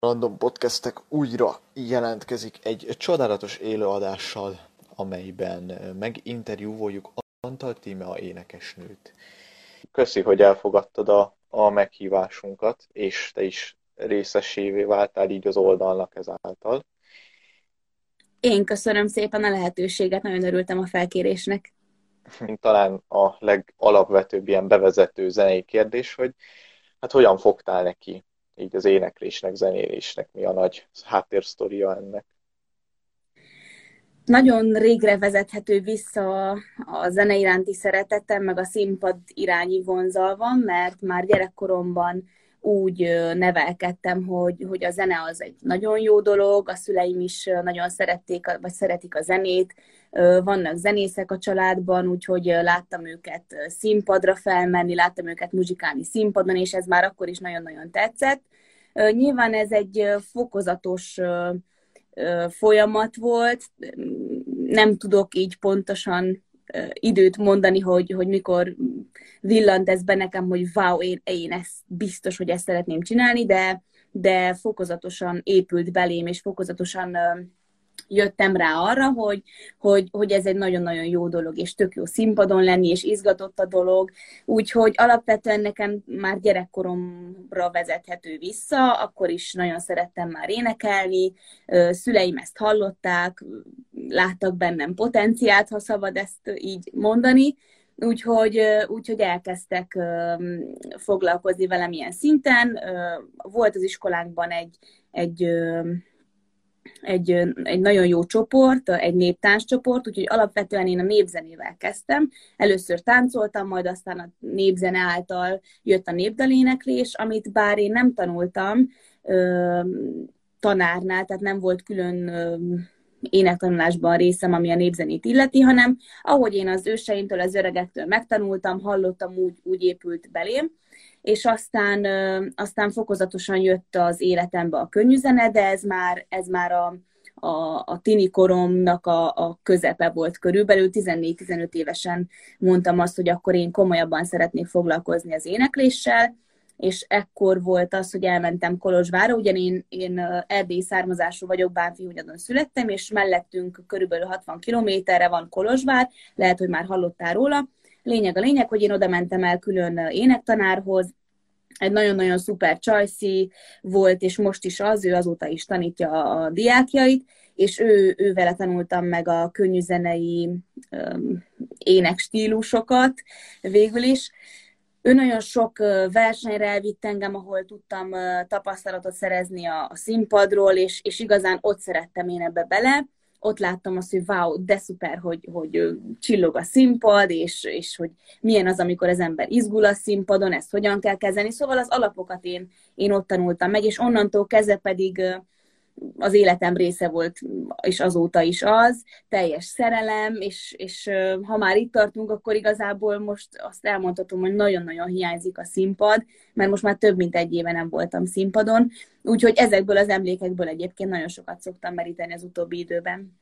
Random Podcastek újra jelentkezik egy csodálatos élőadással, amelyben meginterjúvoljuk Antal Tímea énekesnőt. Köszi, hogy elfogadtad a meghívásunkat, és te is részesévé váltál így az oldalnak ezáltal. Én köszönöm szépen a lehetőséget, nagyon örültem a felkérésnek. Mint talán a legalapvetőbb ilyen bevezető zenei kérdés, hogy hát hogyan fogtál neki így az éneklésnek, zenélésnek, mi a nagy háttérsztoria ennek? Nagyon régre vezethető vissza a zene iránti szeretetem, meg a színpad irányi vonzalvam, mert már gyerekkoromban úgy nevelkedtem, hogy a zene az egy nagyon jó dolog, a szüleim is nagyon szerették, vagy szeretik a zenét, vannak zenészek a családban, úgyhogy láttam őket színpadra felmenni, láttam őket muzsikálni színpadon, és ez már akkor is nagyon-nagyon tetszett. Nyilván ez egy fokozatos folyamat volt. Nem tudok így pontosan időt mondani, hogy mikor villant ez be nekem, hogy wow, én ezt biztos, hogy ezt szeretném csinálni, de fokozatosan épült belém, és fokozatosan jöttem rá arra, hogy ez egy nagyon-nagyon jó dolog, és tök jó színpadon lenni, és izgatott a dolog. Úgyhogy alapvetően nekem már gyerekkoromra vezethető vissza, akkor is nagyon szerettem már énekelni, szüleim ezt hallották, láttak bennem potenciált, ha szabad ezt így mondani, úgyhogy elkezdtek foglalkozni velem ilyen szinten. Volt az iskolánkban egy egy nagyon jó csoport, egy néptánccsoport, úgyhogy alapvetően én a népzenével kezdtem. Először táncoltam, majd aztán a népzene által jött a népdaléneklés, amit bár én nem tanultam tanárnál, tehát nem volt külön énektanulásban részem, ami a népzenét illeti, hanem ahogy én az őseimtől, az öregektől megtanultam, hallottam, úgy épült belém, és aztán fokozatosan jött az életembe a könnyűzene, de ez már a tini koromnak a közepe volt körülbelül. 14-15 évesen mondtam azt, hogy akkor én komolyabban szeretnék foglalkozni az énekléssel, és ekkor volt az, hogy elmentem Kolozsvárra, én erdélyi származású vagyok, Bánffyhunyadon születtem, és mellettünk körülbelül 60 kilométerre van Kolozsvár, lehet, hogy már hallottál róla. Lényeg, hogy én oda mentem el külön énektanárhoz, egy nagyon-nagyon szuper csajszi volt, és most is az, ő azóta is tanítja a diákjait, és ő vele tanultam meg a könnyűzenei énekstílusokat végül is. Ő nagyon sok versenyre elvitt engem, ahol tudtam tapasztalatot szerezni a színpadról, és igazán ott szerettem én ebbe bele. Ott láttam azt, hogy wow, de szuper, hogy csillog a színpad, és hogy milyen az, amikor az ember izgul a színpadon, ezt hogyan kell kezelni. Szóval az alapokat én ott tanultam meg, és onnantól kezdve pedig az életem része volt, és azóta is az, teljes szerelem, és ha már itt tartunk, akkor igazából most azt elmondhatom, hogy nagyon-nagyon hiányzik a színpad, mert most már több mint egy éve nem voltam színpadon, úgyhogy ezekből az emlékekből egyébként nagyon sokat szoktam meríteni az utóbbi időben.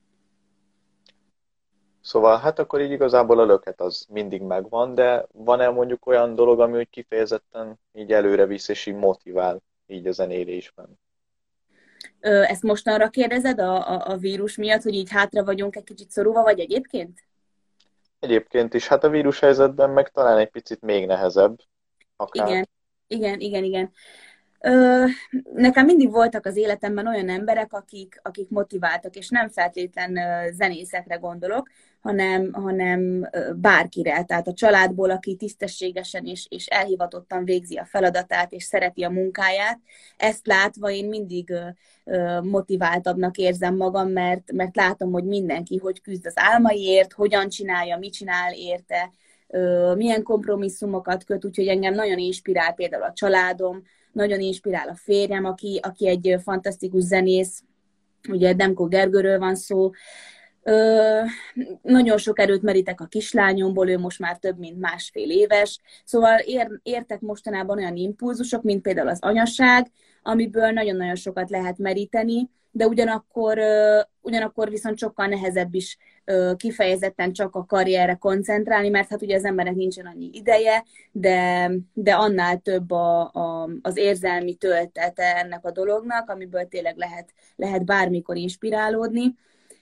Szóval hát akkor így igazából a löket az mindig megvan, de van-e mondjuk olyan dolog, ami úgy kifejezetten így előre visz és így motivál így a zenélésben? Ezt mostanra kérdezed a vírus miatt, hogy így hátra vagyunk egy kicsit szorulva, vagy egyébként? Egyébként is, hát a vírus helyzetben meg talán egy picit még nehezebb, akár. Igen, igen. Ö, Nekem mindig voltak az életemben olyan emberek, akik motiváltak, és nem feltétlen zenészekre gondolok, hanem bárkire. Tehát a családból, aki tisztességesen és elhivatottan végzi a feladatát, és szereti a munkáját. Ezt látva én mindig motiváltabbnak érzem magam, mert látom, hogy mindenki hogy küzd az álmaiért, hogyan csinálja, mit csinál érte, milyen kompromisszumokat köt, úgyhogy engem nagyon inspirál például a családom, nagyon inspirál a férjem, aki egy fantasztikus zenész, ugye Demko Gergőről van szó. Nagyon sok erőt merítek a kislányomból, ő most már több mint 1,5 éves, szóval értek mostanában olyan impulzusok, mint például az anyaság, amiből nagyon-nagyon sokat lehet meríteni, de ugyanakkor viszont sokkal nehezebb is kifejezetten csak a karrierre koncentrálni, mert hát ugye az embernek nincsen annyi ideje, de annál több az érzelmi töltete ennek a dolognak, amiből tényleg lehet bármikor inspirálódni.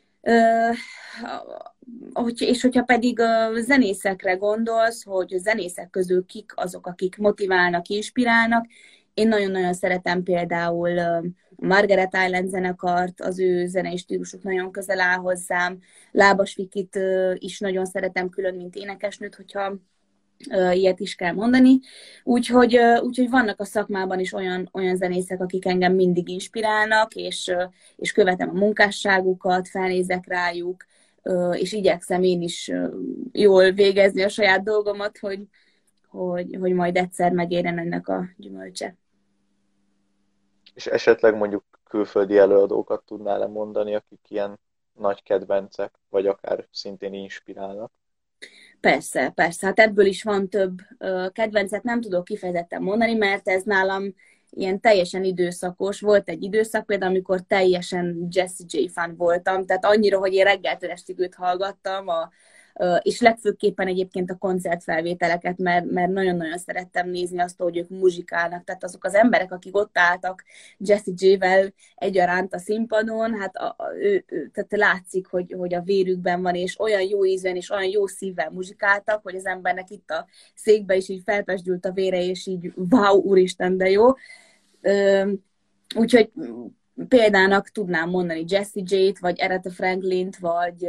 És hogyha pedig zenészekre gondolsz, hogy a zenészek közül kik azok, akik motiválnak, inspirálnak, én nagyon-nagyon szeretem például Margaret Island zenekart, az ő zenei stílusuk nagyon közel áll hozzám. Lábas Vikit is nagyon szeretem külön, mint énekesnőt, hogyha ilyet is kell mondani. Úgyhogy vannak a szakmában is olyan zenészek, akik engem mindig inspirálnak, és követem a munkásságukat, felnézek rájuk, és igyekszem én is jól végezni a saját dolgomat, hogy majd egyszer megérjen ennek a gyümölcse. És esetleg mondjuk külföldi előadókat tudnál mondani, akik ilyen nagy kedvencek, vagy akár szintén inspirálnak? Persze, persze. Hát ebből is van több kedvencet, nem tudok kifejezetten mondani, mert ez nálam ilyen teljesen időszakos. Volt egy időszak például, amikor teljesen Jessie J fan voltam, tehát annyira, hogy én reggeltől estig őt hallgattam, és legfőképpen egyébként a koncertfelvételeket, mert nagyon-nagyon szerettem nézni azt, hogy ők muzsikálnak. Tehát azok az emberek, akik ott álltak Jessie J-vel egyaránt a színpadon, hát tehát látszik, hogy a vérükben van, és olyan jó ízben, és olyan jó szívvel muzsikáltak, hogy az embernek itt a székbe is így felpesdült a vére, és így wow, úristen, de jó. Úgyhogy példának tudnám mondani Jessie J-t, vagy Aretha Franklint, vagy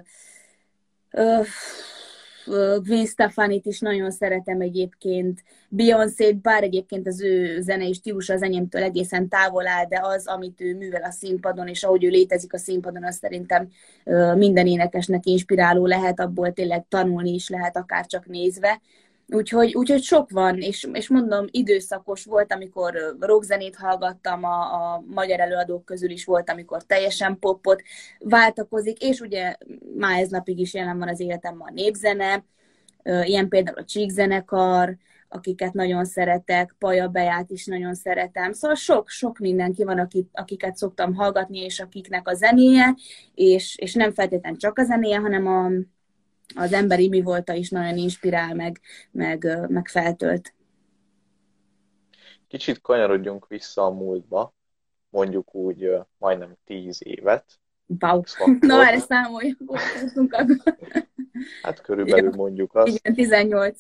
Gwen Stefánit is nagyon szeretem egyébként, Beyoncét, bár egyébként az ő zenei stílusa az enyémtől egészen távol áll, de az, amit ő művel a színpadon, és ahogy ő létezik a színpadon, az szerintem minden énekesnek inspiráló lehet, abból tényleg tanulni is lehet, akár csak nézve. Úgyhogy sok van, és mondom, időszakos volt, amikor rockzenét hallgattam, a magyar előadók közül is volt, amikor teljesen popot váltakozik, és ugye már ez napig is jelen van az életemben a népzene, ilyen például a Csík zenekar, akiket nagyon szeretek, Paja Beját is nagyon szeretem. Szóval sok mindenki van, akiket szoktam hallgatni, és akiknek a zenéje, és nem feltétlenül csak a zenéje, hanem az emberi mi volta is nagyon inspirál, meg feltölt. Kicsit kanyarodjunk vissza a múltba, mondjuk úgy majdnem 10 évet. Wow. Na, erre számoljak. Hát körülbelül mondjuk azt. Igen, 18.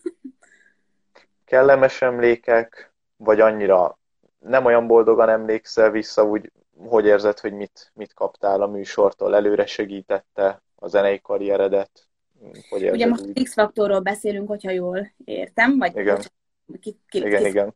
Kellemes emlékek, vagy annyira nem olyan boldogan emlékszel vissza, úgy hogy érzed, hogy mit kaptál a műsortól, előre segítette a zenei karrieredet? Hogy érzed, ugye most úgy? X-faktorról beszélünk, hogyha jól értem, vagy igen. Igen.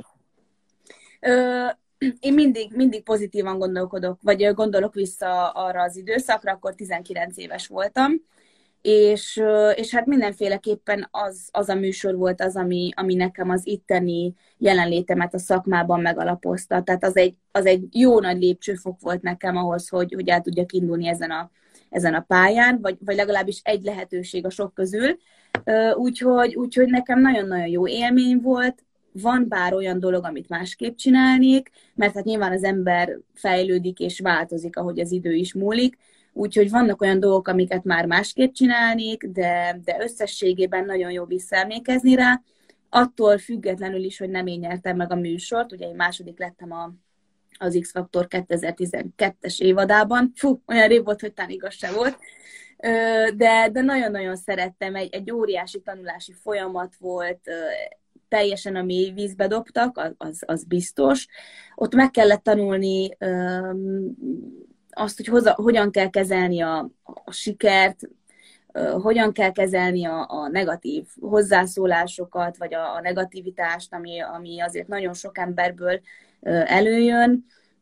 Én mindig pozitívan gondolkodok, vagy gondolok vissza arra az időszakra, akkor 19 éves voltam, és hát mindenféleképpen az a műsor volt az, ami nekem az itteni jelenlétemet a szakmában megalapozta. Tehát az egy jó nagy lépcsőfok volt nekem ahhoz, hogy el tudjak indulni ezen a pályán, vagy legalábbis egy lehetőség a sok közül. Úgyhogy nekem nagyon-nagyon jó élmény volt. Van bár olyan dolog, amit másképp csinálnék, mert hát nyilván az ember fejlődik és változik, ahogy az idő is múlik. Úgyhogy vannak olyan dolgok, amiket már másképp csinálnék, de összességében nagyon jó visszaemlékezni rá. Attól függetlenül is, hogy nem én nyertem meg a műsort, ugye én második lettem az X-Faktor 2012-es évadában. Fú, olyan rég volt, hogy talán igaz se volt. De nagyon-nagyon szerettem, egy óriási tanulási folyamat volt, teljesen a mély vízbe dobtak, az biztos. Ott meg kellett tanulni azt, hogy hogyan kell kezelni a sikert, hogyan kell kezelni a negatív hozzászólásokat, vagy a negativitást, ami azért nagyon sok emberből előjön.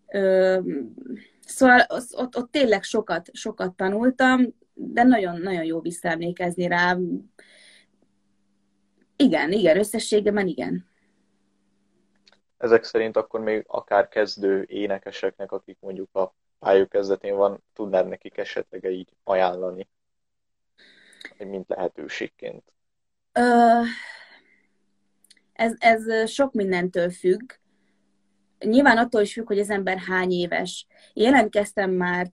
Szóval ott tényleg sokat tanultam, de nagyon-nagyon jó visszaemlékezni rá. Igen, összességében igen. Ezek szerint akkor még akár kezdő énekeseknek, akik mondjuk a pályák kezdetén van, tudnád nekik esetleg így ajánlani, mint lehetőségként? Ez sok mindentől függ. nyilván attól is függ, hogy az ember hány éves. Jelentkeztem már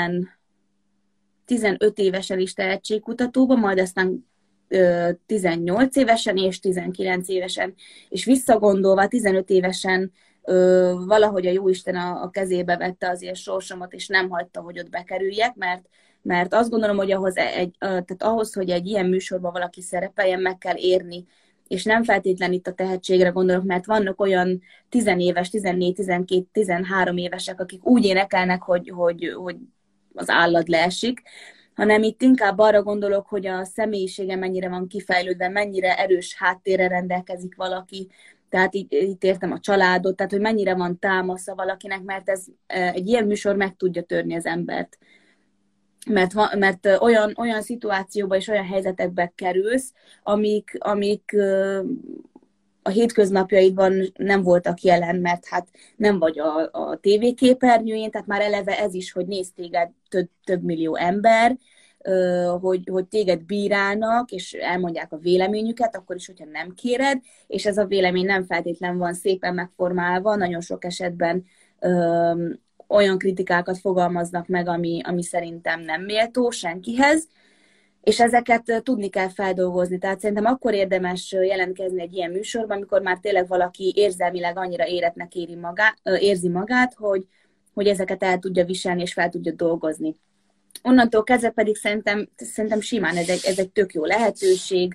15 évesen is tehetségkutatóba, majd aztán 18 évesen és 19 évesen. És visszagondolva 15 évesen valahogy a Jóisten a kezébe vette azért sorsomat, és nem hagyta, hogy ott bekerüljek, mert azt gondolom, hogy tehát ahhoz, hogy egy ilyen műsorban valaki szerepeljen, meg kell érni. És nem feltétlen itt a tehetségre gondolok, mert vannak olyan 10 éves, 14, 12, 13 évesek, akik úgy énekelnek, hogy az állat leesik, hanem itt inkább arra gondolok, hogy a személyisége mennyire van kifejlődve, mennyire erős háttérre rendelkezik valaki, tehát itt értem a családot, tehát hogy mennyire van támasza valakinek, mert egy ilyen műsor meg tudja törni az embert. Mert olyan szituációba és olyan helyzetekbe kerülsz, amik a hétköznapjaidban nem voltak jelen, mert hát nem vagy a tévéképernyőjén, tehát már eleve ez is, hogy néz téged több millió ember, hogy téged bírálnak, és elmondják a véleményüket, akkor is, hogyha nem kéred, és ez a vélemény nem feltétlen van szépen megformálva, nagyon sok esetben olyan kritikákat fogalmaznak meg, ami szerintem nem méltó senkihez, és ezeket tudni kell feldolgozni. Tehát szerintem akkor érdemes jelentkezni egy ilyen műsorban, amikor már tényleg valaki érzelmileg annyira éretnek érzi magát, hogy ezeket el tudja viselni és fel tudja dolgozni. Onnantól kezdve pedig szerintem simán ez egy tök jó lehetőség,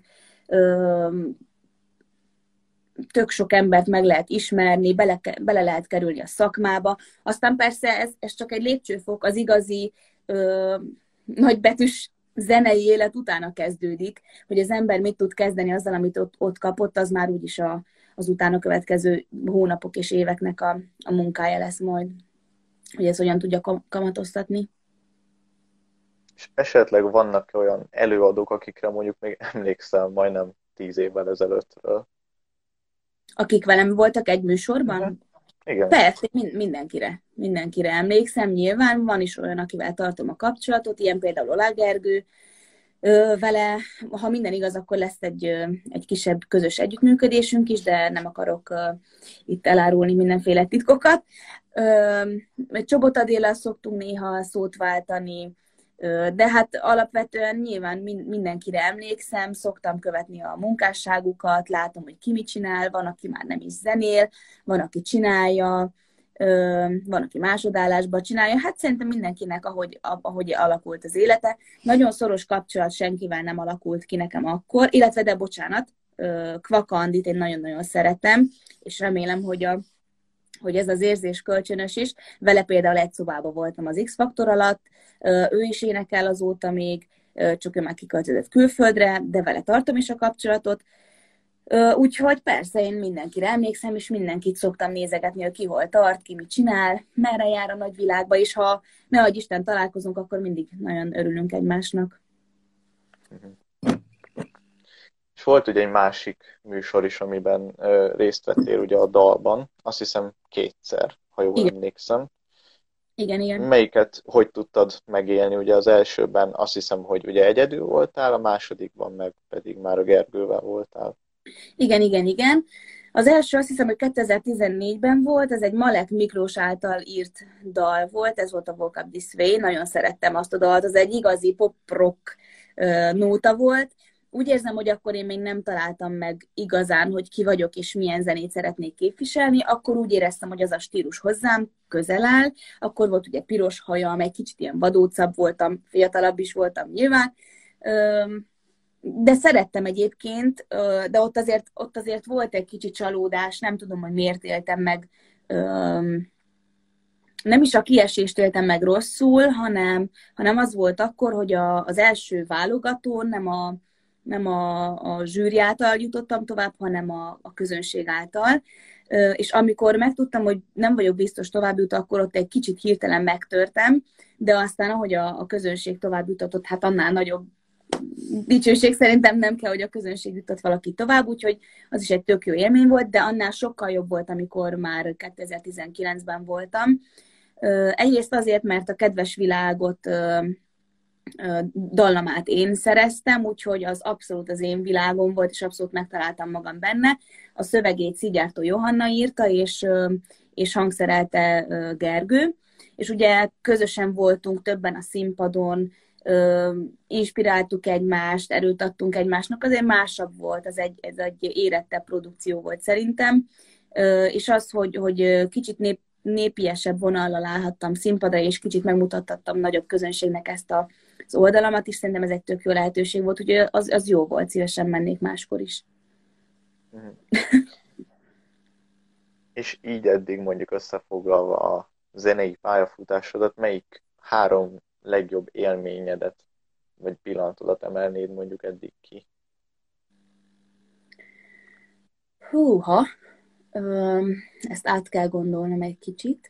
tök sok embert meg lehet ismerni, bele lehet kerülni a szakmába. Aztán persze ez csak egy lépcsőfok, az igazi nagybetűs zenei élet utána kezdődik, hogy az ember mit tud kezdeni azzal, amit ott kapott, az már úgyis az utána következő hónapok és éveknek a munkája lesz majd, hogy ez hogyan tudja kamatoztatni. És esetleg vannak olyan előadók, akikre mondjuk még emlékszem majdnem 10 évvel ezelőttről. Akik velem voltak egy műsorban? Uh-huh. Igen. Persze, mindenkire emlékszem, nyilván van is olyan, akivel tartom a kapcsolatot, ilyen például Olá Gergő, vele, ha minden igaz, akkor lesz egy kisebb közös együttműködésünk is, de nem akarok itt elárulni mindenféle titkokat. Csobot Adéllal szoktunk néha szót váltani, de hát alapvetően nyilván mindenkire emlékszem, szoktam követni a munkásságukat, látom, hogy ki mit csinál, van, aki már nem is zenél, van, aki csinálja, van, aki másodállásban csinálja. Hát szerintem mindenkinek, ahogy alakult az élete. Nagyon szoros kapcsolat senkivel nem alakult ki nekem akkor, illetve, de bocsánat, Kvaka Andit én nagyon-nagyon szeretem, és remélem, hogy ez az érzés kölcsönös is. Vele például egy szobában voltam az X-faktor alatt, ő is énekel azóta még, csak ő már kiköltözött külföldre, de vele tartom is a kapcsolatot. Úgyhogy persze én mindenkire emlékszem, és mindenkit szoktam nézegetni, hogy ki hol tart, ki mit csinál, merre jár a nagyvilágba, és ha nehogy Isten találkozunk, akkor mindig nagyon örülünk egymásnak. És volt ugye egy másik műsor is, amiben részt vettél ugye a dalban, azt hiszem 2-szer, ha jól emlékszem. Igen. Melyiket hogy tudtad megélni? Ugye az elsőben azt hiszem, hogy ugye egyedül voltál, a másodikban meg pedig már a Gergővel voltál. Igen. Az első azt hiszem, hogy 2014-ben volt, ez egy Malek Miklós által írt dal volt, ez volt a Woke Up This Way, nagyon szerettem azt a dalt, az egy igazi pop-rock nóta volt. Úgy érzem, hogy akkor én még nem találtam meg igazán, hogy ki vagyok és milyen zenét szeretnék képviselni, akkor úgy éreztem, hogy az a stílus hozzám közel áll, akkor volt ugye piros hajam, egy kicsit ilyen vadócabb voltam, fiatalabb is voltam nyilván, de szerettem egyébként, de ott azért volt egy kicsi csalódás, nem tudom, hogy miért éltem meg, nem is a kiesést éltem meg rosszul, hanem az volt akkor, hogy az első válogatón nem a zsűri által jutottam tovább, hanem a közönség által. És amikor megtudtam, hogy nem vagyok biztos tovább jut, akkor ott egy kicsit hirtelen megtörtem, de aztán ahogy a közönség tovább jutatott, hát annál nagyobb dicsőség szerintem nem kell, hogy a közönség jutott valaki tovább, úgyhogy az is egy tök jó élmény volt, de annál sokkal jobb volt, amikor már 2019-ben voltam. Egyrészt azért, mert a Kedves Világot dallamát én szereztem, úgyhogy az abszolút az én világom volt, és abszolút megtaláltam magam benne. A szövegét Sziggyártó Johanna írta, és és hangszerelte Gergő, és ugye közösen voltunk többen a színpadon, inspiráltuk egymást, erőt adtunk egymásnak, azért másabb volt, ez egy érettebb produkció volt szerintem, és az, hogy kicsit népiesebb vonallal állhattam színpadra, és kicsit megmutattattam nagyobb közönségnek ezt az oldalamat is, szerintem ez egy tök jó lehetőség volt, úgyhogy az jó volt, szívesen mennék máskor is. Mhm. És így eddig mondjuk összefoglalva a zenei pályafutásodat, melyik 3 legjobb élményedet, vagy pillanatodat emelnéd mondjuk eddig ki? Húha, ezt át kell gondolnom egy kicsit.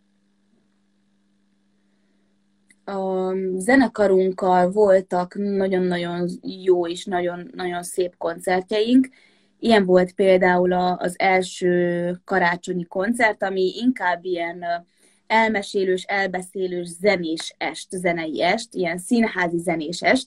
A zenekarunkkal voltak nagyon-nagyon jó és nagyon-nagyon szép koncertjeink. Ilyen volt például az első karácsonyi koncert, ami inkább ilyen elmesélős, elbeszélős zenés est, zenei est, ilyen színházi zenés est,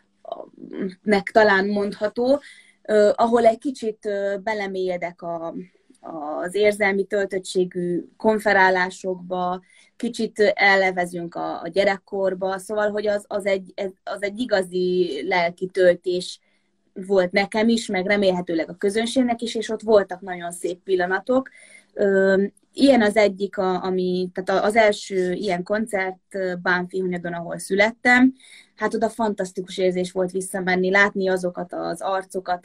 nek talán mondható, ahol egy kicsit belemélyedek az érzelmi töltöttségű konferálásokba, kicsit ellevezünk a gyerekkorba, szóval, hogy az egy igazi lelki töltés volt nekem is, meg remélhetőleg a közönségnek is, és ott voltak nagyon szép pillanatok. Ilyen az egyik, tehát az első ilyen koncert Bánffyhunyadon, ahol születtem. Hát oda fantasztikus érzés volt visszamenni, látni azokat az arcokat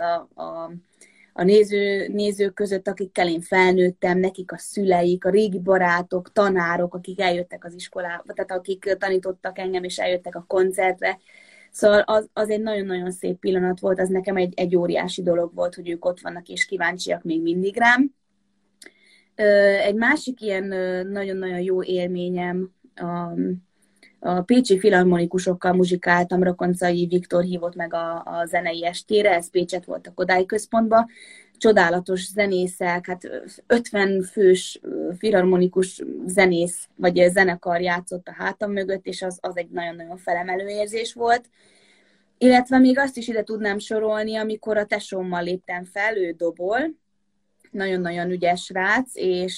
a nézők között, akikkel én felnőttem, nekik a szüleik, a régi barátok, tanárok, akik eljöttek az iskolába, tehát akik tanítottak engem, és eljöttek a koncertre. Szóval az egy nagyon-nagyon szép pillanat volt, az nekem egy óriási dolog volt, hogy ők ott vannak, és kíváncsiak még mindig rám. Egy másik ilyen nagyon-nagyon jó élményem, a pécsi filharmonikusokkal muzsikáltam, Rokoncai Viktor hívott meg a zenei estére, ez Pécset volt a Kodály Központban. Csodálatos zenészek, hát 50 fős filharmonikus zenész, vagy zenekar játszott a hátam mögött, és az egy nagyon-nagyon felemelő érzés volt. Illetve még azt is ide tudnám sorolni, amikor a tesómmal léptem fel, ő dobol, nagyon-nagyon ügyes srác,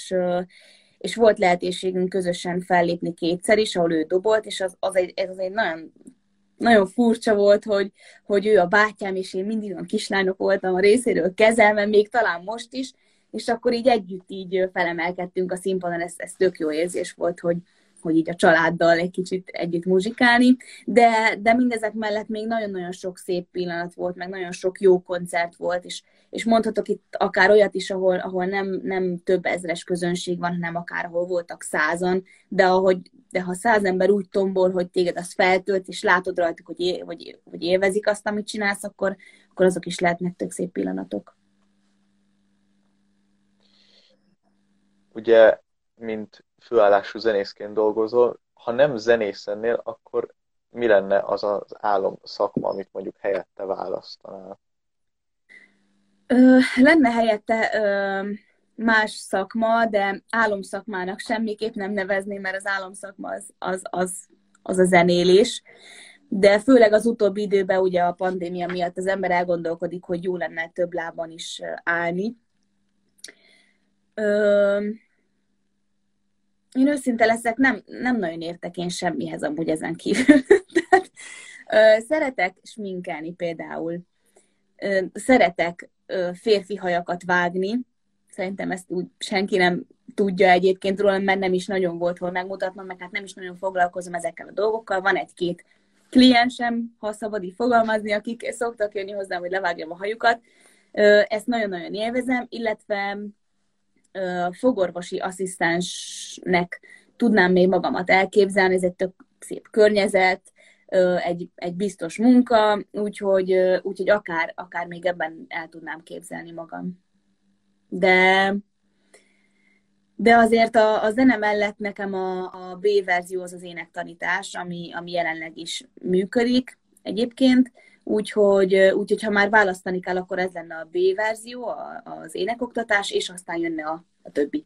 és volt lehetőségünk közösen fellépni 2-szer is, ahol ő dobolt, és ez egy nagyon, nagyon furcsa volt, hogy ő a bátyám, és én mindig olyan kislányok voltam a részéről kezelve, még talán most is, és akkor így együtt így felemelkedtünk a színpadon, ez tök jó érzés volt, hogy így a családdal egy kicsit együtt muzsikálni, de mindezek mellett még nagyon-nagyon sok szép pillanat volt, meg nagyon sok jó koncert volt, és mondhatok itt akár olyat is, ahol nem több ezres közönség van, hanem akár ahol voltak 100-an, de ha 100 ember úgy tombol, hogy téged az feltölt, és látod rajtuk, hogy élvezik azt, amit csinálsz, akkor azok is lehetnek tök szép pillanatok. Ugye, mint főállású zenészként dolgozol, ha nem zenész lennél, akkor mi lenne az az álom szakma, amit mondjuk helyette választanál? Lenne helyette más szakma, de álomszakmának semmiképp nem nevezném, mert az álomszakma az a zenélés. De főleg az utóbbi időben ugye a pandémia miatt az ember elgondolkodik, hogy jó lenne több lábon is állni. Én őszinte leszek, nem nagyon értek én semmihez amúgy ezen kívül. Tehát, szeretek sminkelni például. Szeretek férfi hajakat vágni. Szerintem ezt úgy senki nem tudja egyébként rólam, mert nem is nagyon volt hol megmutatnom, meg hát nem is nagyon foglalkozom ezekkel a dolgokkal. Van egy-két kliensem, ha szabad így fogalmazni, akik szoktak jönni hozzám, hogy levágjam a hajukat. Ezt nagyon-nagyon élvezem, illetve fogorvosi asszisztensnek tudnám még magamat elképzelni, ez egy tök szép környezet, egy biztos munka, úgyhogy akár még ebben el tudnám képzelni magam. De azért a zene mellett nekem a B verzió az énektanítás, ami jelenleg is működik egyébként, úgyhogy ha már választani kell, akkor ez lenne a B verzió, az énekoktatás, és aztán jönne a többi.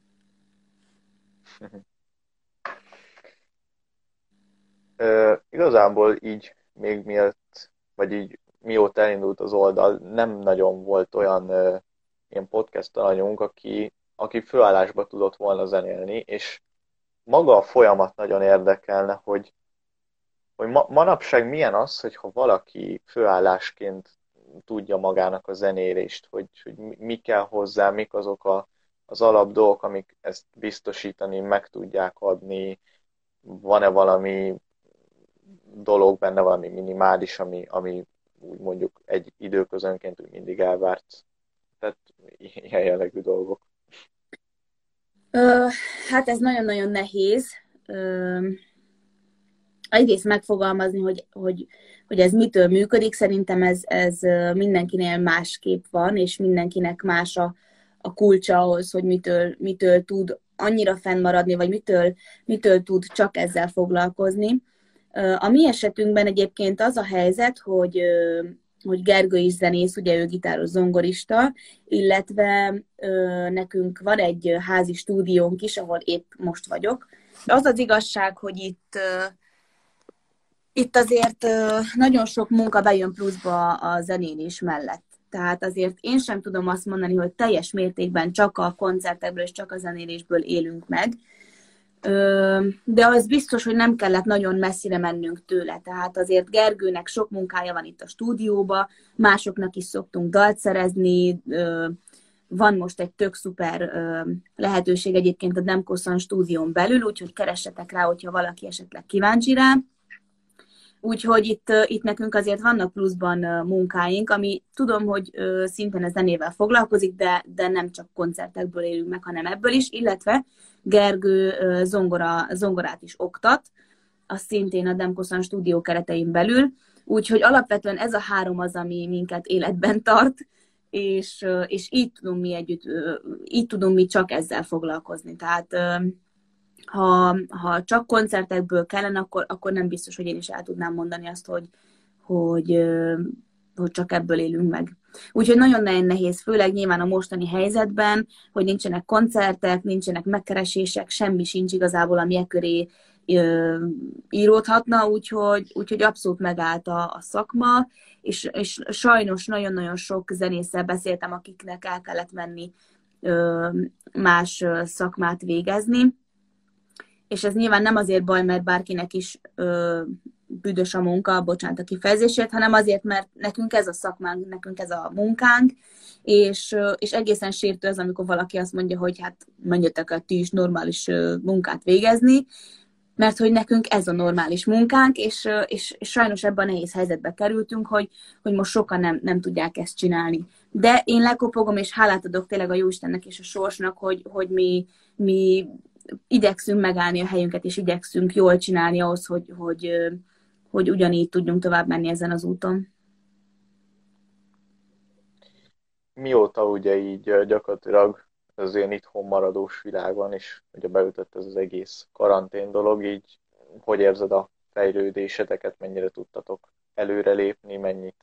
Igazából így még miatt, vagy így mióta elindult az oldal, nem nagyon volt olyan ilyen podcast alanyunk, aki aki főállásba tudott volna zenélni, és maga a folyamat nagyon érdekelne, hogy manapság milyen az, hogyha valaki főállásként tudja magának a zenélést, hogy mi kell hozzá, mik azok az alapdolgok, amik ezt biztosítani, meg tudják adni, van-e valami dolog benne, valami minimális, ami úgy mondjuk egy időközönként úgy mindig elvárt. Tehát ilyen jellegű dolgok. Hát ez nagyon-nagyon nehéz. Egyrészt megfogalmazni, hogy ez mitől működik, szerintem ez mindenkinél másképp van, és mindenkinek más a kulcsa ahhoz, hogy mitől tud annyira fennmaradni, vagy mitől tud csak ezzel foglalkozni. A mi esetünkben egyébként az a helyzet, hogy Gergő is zenész, ugye ő gitáros zongorista, illetve nekünk van egy házi stúdiónk is, ahol épp most vagyok. Az az igazság, hogy itt azért nagyon sok munka bejön pluszba a zenélés mellett. Tehát azért én sem tudom azt mondani, hogy teljes mértékben csak a koncertekből és csak a zenélésből élünk meg, de az biztos, hogy nem kellett nagyon messzire mennünk tőle. Tehát azért Gergőnek sok munkája van itt a stúdióban, másoknak is szoktunk dalt szerezni, van most egy tök szuper lehetőség egyébként a Demko Sound stúdión belül, úgyhogy keressetek rá, hogyha valaki esetleg kíváncsi rá. Úgyhogy itt nekünk azért vannak pluszban munkáink, ami tudom, hogy szintén a zenével foglalkozik, de nem csak koncertekből élünk meg, hanem ebből is, illetve Gergő zongorát is oktat, az szintén a Demko Sound stúdió keretein belül, úgyhogy alapvetően ez a három az, ami minket életben tart, és így tudunk mi csak ezzel foglalkozni. Tehát ha csak koncertekből kellene, akkor nem biztos, hogy én is el tudnám mondani azt, hogy csak ebből élünk meg. Úgyhogy nagyon-nagyon nehéz, főleg nyilván a mostani helyzetben, hogy nincsenek koncertek, nincsenek megkeresések, semmi sincs igazából, ami köré íródhatna, úgyhogy abszolút megállt a szakma, és sajnos nagyon-nagyon sok zenésszel beszéltem, akiknek el kellett menni más szakmát végezni, és ez nyilván nem azért baj, mert bárkinek is büdös a munka, bocsánat a kifejezésért, hanem azért, mert nekünk ez a szakmánk, nekünk ez a munkánk, és egészen sértő az, amikor valaki azt mondja, hogy hát menjetek el ti is normális munkát végezni, mert hogy nekünk ez a normális munkánk, és sajnos ebben a nehéz helyzetbe kerültünk, hogy most sokan nem tudják ezt csinálni. De én lekopogom, és hálát adok tényleg a Jóistennek és a sorsnak, hogy mi igyekszünk megállni a helyünket, és igyekszünk jól csinálni ahhoz, hogy ugyanígy tudjunk tovább menni ezen az úton. Mióta ugye így gyakorlatilag az ilyen itthon maradós világban is, ugye beütött ez az egész karantén dolog, így hogy érzed a fejlődéseteket, mennyire tudtatok előrelépni, mennyit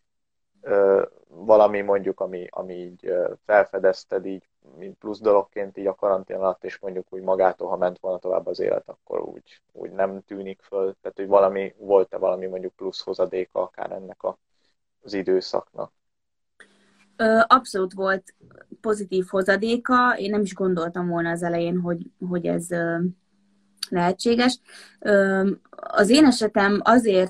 valami mondjuk, ami így felfedezted így mint plusz dologként így a karantén alatt, és mondjuk úgy magától, ha ment volna tovább az élet, akkor úgy nem tűnik föl. Tehát, hogy volt-e valami mondjuk plusz hozadéka akár ennek az időszaknak? Abszolút volt pozitív hozadéka. Én nem is gondoltam volna az elején, hogy ez lehetséges. Az én esetem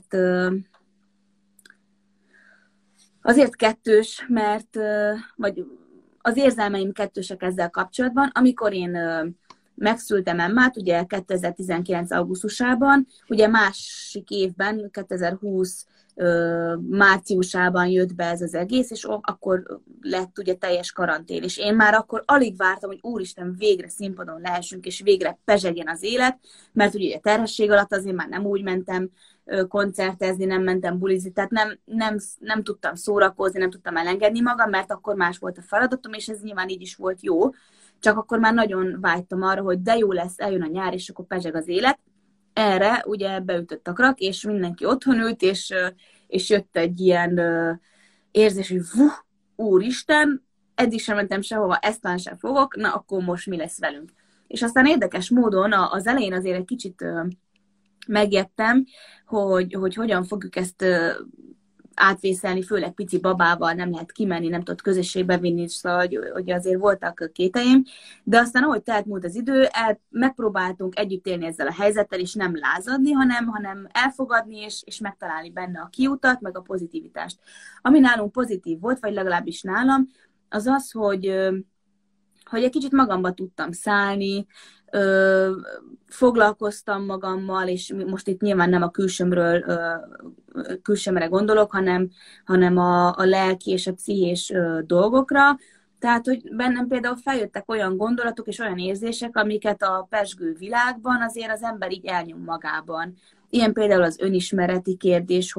azért kettős, mert vagy az érzelmeim kettősek ezzel kapcsolatban. Amikor én megszültem Emmát, ugye 2019. augusztusában, ugye másik évben, 2020 márciusában jött be ez az egész, és akkor lett ugye teljes karantén, és én már akkor alig vártam, hogy úristen, végre színpadon lehessünk, és végre pezsegjen az élet, mert ugye a terhesség alatt azért már nem úgy mentem koncertezni, nem mentem bulizni, tehát nem tudtam szórakozni, nem tudtam elengedni magam, mert akkor más volt a feladatom, és ez nyilván így is volt jó, csak akkor már nagyon vágytam arra, hogy de jó lesz, eljön a nyár, és akkor pezseg az élet. Erre ugye beütött a krak, és mindenki otthon ült, és jött egy ilyen érzés, hogy úristen, eddig sem mentem sehova, eztán sem fogok, na akkor most mi lesz velünk. És aztán érdekes módon az elején azért egy kicsit megijedtem, hogy hogyan fogjuk ezt átvészelni, főleg pici babával nem lehet kimenni, nem tudott közösségbe vinni, szóval hogy azért voltak kételjeim, de aztán ahogy telt múlt az idő, megpróbáltunk együtt élni ezzel a helyzettel, és nem lázadni, hanem elfogadni, és megtalálni benne a kiutat, meg a pozitivitást. Ami nálunk pozitív volt, vagy legalábbis nálam, az az, hogy egy kicsit magamba tudtam szállni, foglalkoztam magammal, és most itt nyilván nem a külsőmre gondolok, hanem a lelki és a pszichés dolgokra. Tehát, hogy bennem például feljöttek olyan gondolatok és olyan érzések, amiket a pezsgő világban azért az ember így elnyom magában. Ilyen például az önismereti kérdés,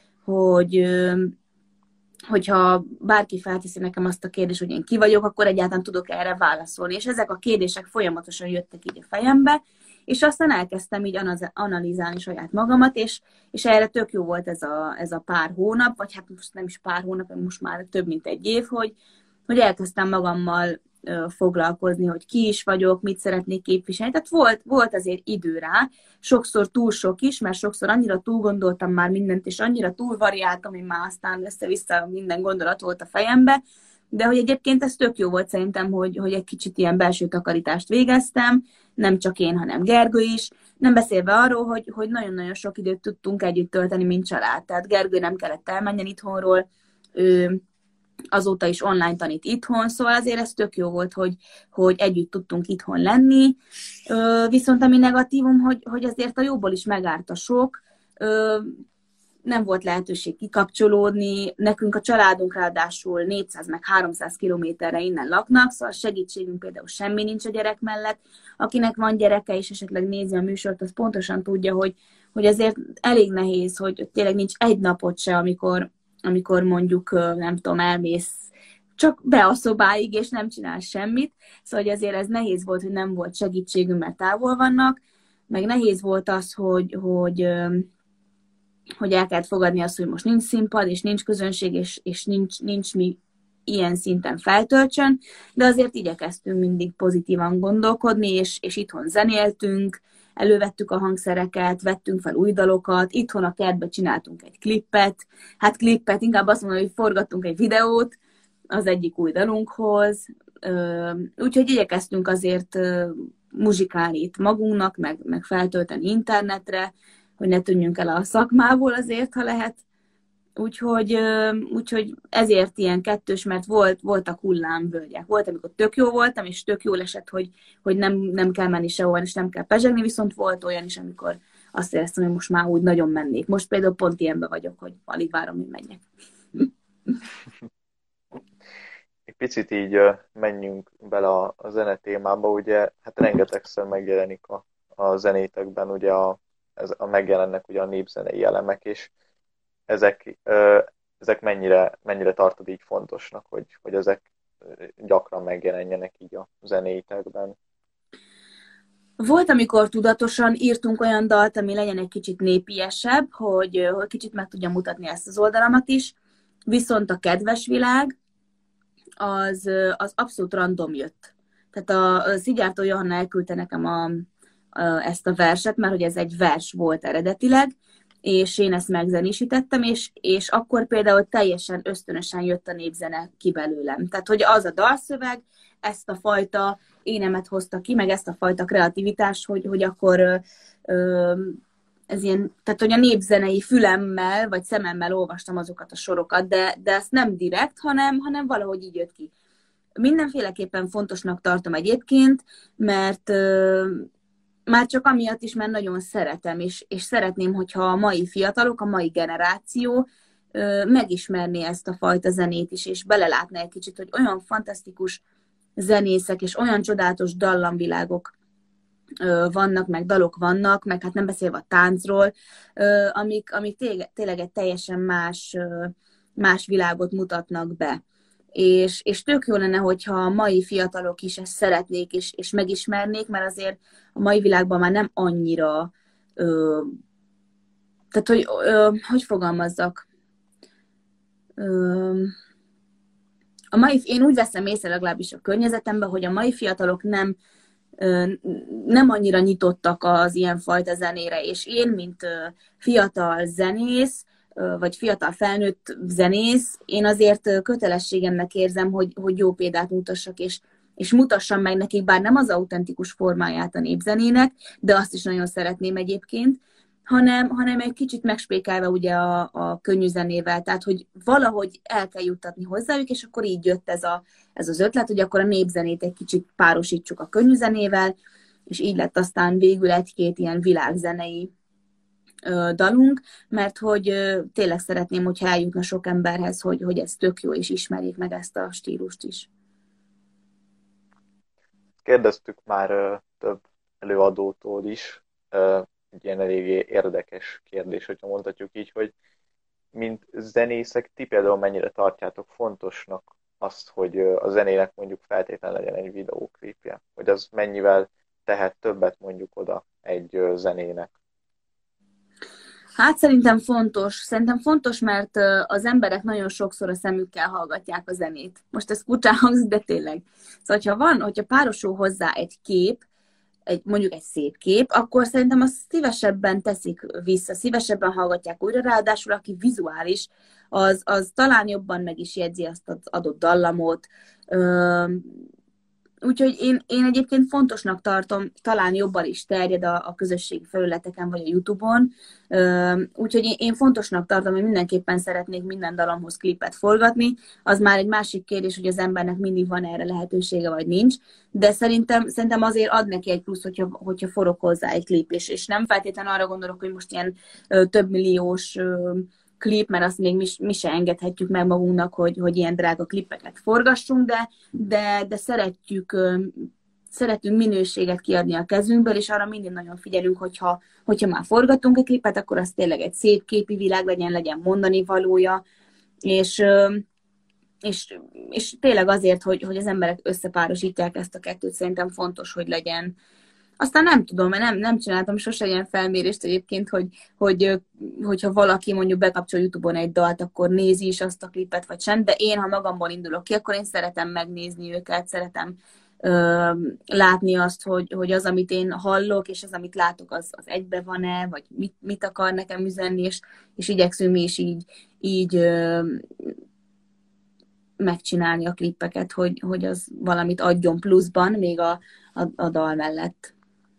hogyha bárki felteszi nekem azt a kérdést, hogy én ki vagyok, akkor egyáltalán tudok erre válaszolni. És ezek a kérdések folyamatosan jöttek így a fejembe, és aztán elkezdtem így analizálni saját magamat, és erre tök jó volt ez a pár hónap, vagy hát most nem is pár hónap, most már több mint egy év, hogy elkezdtem magammal foglalkozni, hogy ki is vagyok, mit szeretnék képviselni. Tehát volt azért idő rá, sokszor túl sok is, mert sokszor annyira túl gondoltam már mindent, és annyira túl variáltam, hogy már aztán össze-vissza minden gondolat volt a fejembe, de hogy egyébként ez tök jó volt szerintem, hogy egy kicsit ilyen belső takarítást végeztem, nem csak én, hanem Gergő is, nem beszélve arról, hogy nagyon-nagyon sok időt tudtunk együtt tölteni, mint család. Tehát Gergő nem kellett elmenjen itthonról, ő azóta is online tanít itthon, szóval azért ez tök jó volt, hogy együtt tudtunk itthon lenni. Viszont ami negatívum, hogy azért a jóból is megárt a sok, nem volt lehetőség kikapcsolódni, nekünk a családunk ráadásul 400 meg 300 kilométerre innen laknak, szóval segítségünk például semmi nincs a gyerek mellett. Akinek van gyereke és esetleg nézi a műsort, az pontosan tudja, hogy azért elég nehéz, hogy tényleg nincs egy napot se, amikor mondjuk, nem tudom, elmész csak be a szobáig, és nem csinálsz semmit. Szóval azért ez nehéz volt, hogy nem volt segítségünk, mert távol vannak, meg nehéz volt az, hogy el kellett fogadni azt, hogy most nincs színpad, és nincs közönség, és nincs mi ilyen szinten feltöltsön, de azért igyekeztünk mindig pozitívan gondolkodni, és itthon zenéltünk, elővettük a hangszereket, vettünk fel új dalokat, itthon a kertben csináltunk egy klippet, inkább azt mondom, hogy forgattunk egy videót az egyik új dalunkhoz, úgyhogy igyekeztünk azért muzsikálni itt magunknak, meg feltölteni internetre, hogy ne tűnjünk el a szakmából azért, ha lehet. Úgyhogy ezért ilyen kettős, mert voltak hullámvölgyek. Volt, amikor tök jó voltam, és tök jól esett, hogy nem kell menni sehol, és nem kell pezsegni, viszont volt olyan is, amikor azt éreztem, hogy most már úgy nagyon mennék. Most például pont ilyenben vagyok, hogy alig várom, hogy menjek. Egy picit így menjünk bele a zene témába, ugye, hát rengetegszer megjelenik a zenétekben, ugye megjelennek ugye a népzenei elemek, és ezek mennyire tartod így fontosnak, hogy ezek gyakran megjelenjenek így a zenéitekben? Volt, amikor tudatosan írtunk olyan dalt, ami legyen egy kicsit népiesebb, hogy kicsit meg tudja mutatni ezt az oldalamat is, viszont a kedves világ az abszolút random jött. Tehát a Sziggyártó Johanna elküldte nekem ezt a verset, mert hogy ez egy vers volt eredetileg, és én ezt megzenésítettem, és akkor például teljesen ösztönösen jött a népzene ki belőlem. Tehát, hogy az a dalszöveg ezt a fajta énemet hozta ki, meg ezt a fajta kreativitást, hogy akkor ez ilyen, tehát, hogy a népzenei fülemmel, vagy szememmel olvastam azokat a sorokat, de ezt nem direkt, hanem valahogy így jött ki. Mindenféleképpen fontosnak tartom egyébként, mert már csak amiatt is, mert nagyon szeretem, és szeretném, hogyha a mai fiatalok, a mai generáció megismerné ezt a fajta zenét is, és belelátna egy kicsit, hogy olyan fantasztikus zenészek, és olyan csodálatos dallamvilágok vannak, meg dalok vannak, meg hát nem beszélve a táncról, amik tényleg egy teljesen más világot mutatnak be. És tök jó lenne, hogyha a mai fiatalok is ezt szeretnék, és megismernék, mert azért a mai világban már nem annyira, tehát hogy fogalmazzak? Én úgy veszem észre legalábbis a környezetemben, hogy a mai fiatalok nem annyira nyitottak az ilyenfajta zenére, és én, mint fiatal zenész, vagy fiatal felnőtt zenész, én azért kötelességemnek érzem, hogy jó példát mutassak, és mutassam meg nekik, bár nem az autentikus formáját a népzenének, de azt is nagyon szeretném egyébként, hanem egy kicsit megspékelve ugye a könnyű zenével, tehát hogy valahogy el kell juttatni hozzájuk, és akkor így jött ez az ötlet, hogy akkor a népzenét egy kicsit párosítsuk a könnyű zenével, és így lett aztán végül egy-két ilyen világzenei dalunk, mert hogy tényleg szeretném, hogyha eljutna sok emberhez, hogy ez tök jó, és ismerjék meg ezt a stílust is. Kérdeztük már több előadótól is, egy ilyen eléggé érdekes kérdés, hogyha mondhatjuk így, hogy mint zenészek, ti például mennyire tartjátok fontosnak azt, hogy a zenének mondjuk feltétlenül legyen egy videóklipje? Hogy az mennyivel tehet többet mondjuk oda egy zenének? Hát szerintem fontos, mert az emberek nagyon sokszor a szemükkel hallgatják a zenét. Most ez furcsán hangzik, de tényleg. Szóval, hogyha párosul hozzá egy kép, mondjuk egy szép kép, akkor szerintem azt szívesebben teszik vissza, szívesebben hallgatják újra, ráadásul aki vizuális, az talán jobban meg is jegyzi azt az adott dallamot. Úgyhogy én egyébként fontosnak tartom, talán jobban is terjed a közösségi felületeken, vagy a YouTube-on. Úgyhogy én fontosnak tartom, hogy mindenképpen szeretnék minden dalomhoz klipet forgatni. Az már egy másik kérdés, hogy az embernek mindig van erre lehetősége, vagy nincs. De szerintem azért ad neki egy plusz, hogyha forog hozzá egy klip, és nem feltétlenül arra gondolok, hogy most ilyen több milliós klip, mert azt még mi se engedhetjük meg magunknak, hogy ilyen drága klipeket forgassunk, de szeretünk minőséget kiadni a kezünkből, és arra mindig nagyon figyelünk, hogyha már forgatunk egy klipet, akkor az tényleg egy szép képi világ legyen mondani valója, és, és tényleg azért, hogy az emberek összepárosítják ezt a kettőt, szerintem fontos, hogy legyen. Aztán nem tudom, mert nem csináltam sose ilyen felmérést egyébként, hogyha valaki mondjuk bekapcsol YouTube-on egy dalt, akkor nézi is azt a klipet, vagy sem, de én, ha magamból indulok ki, akkor én szeretem megnézni őket, szeretem látni azt, hogy az, amit én hallok, és az, amit látok, az egybe van-e, vagy mit akar nekem üzenni, és igyekszünk mi is így megcsinálni a klippeket, hogy az valamit adjon pluszban, még a dal mellett.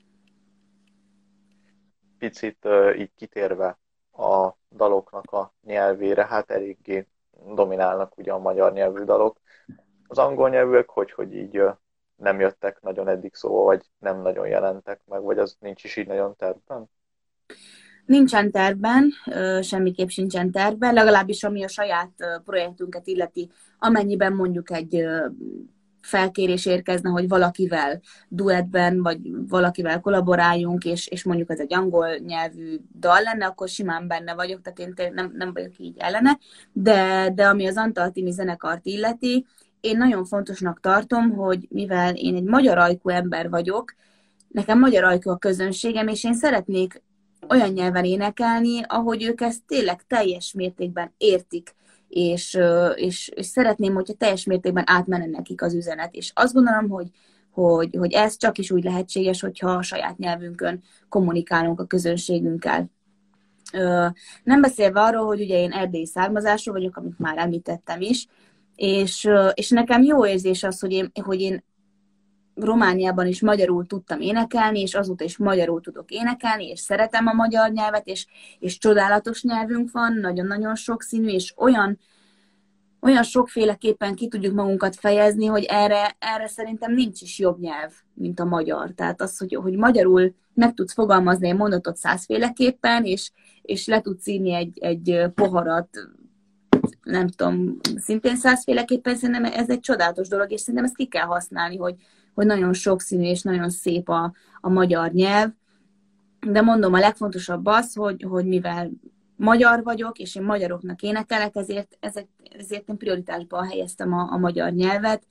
Picit így kitérve a daloknak a nyelvére, hát eléggé dominálnak ugye a magyar nyelvű dalok. Az angol nyelvűek hogy így nem jöttek nagyon eddig szóval, vagy nem nagyon jelentek meg, vagy az nincs is így nagyon tervben? Nincsen tervben, semmiképp sincsen tervben, legalábbis ami a saját projektünket illeti, amennyiben mondjuk egy felkérés érkezne, hogy valakivel duettben, vagy valakivel kollaboráljunk, és mondjuk ez egy angol nyelvű dal lenne, akkor simán benne vagyok, tehát én nem vagyok így ellene, de ami az Antal-Timi zenekart illeti, én nagyon fontosnak tartom, hogy mivel én egy magyar ajkú ember vagyok, nekem magyar ajkú a közönségem, és én szeretnék olyan nyelven énekelni, ahogy ők ezt tényleg teljes mértékben értik, és szeretném, hogyha teljes mértékben átmenne nekik az üzenet. És azt gondolom, hogy ez csak is úgy lehetséges, hogyha a saját nyelvünkön kommunikálunk a közönségünkkel. Nem beszélve arról, hogy ugye én erdélyi származású vagyok, amit már említettem is, és nekem jó érzés az, hogy én Romániában is magyarul tudtam énekelni, és azóta is magyarul tudok énekelni, és szeretem a magyar nyelvet, és csodálatos nyelvünk van, nagyon-nagyon sokszínű, és olyan sokféleképpen ki tudjuk magunkat fejezni, hogy erre szerintem nincs is jobb nyelv, mint a magyar. Tehát az, hogy magyarul meg tudsz fogalmazni egy mondatot 100-féleképpen, és le tudsz írni egy poharat, nem tudom, szintén 100-féleképpen, szerintem ez egy csodálatos dolog, és szerintem ezt ki kell használni, hogy nagyon sokszínű és nagyon szép a magyar nyelv. De mondom, a legfontosabb az, hogy mivel magyar vagyok, és én magyaroknak énekelek, ezért én prioritásba helyeztem a magyar nyelvet.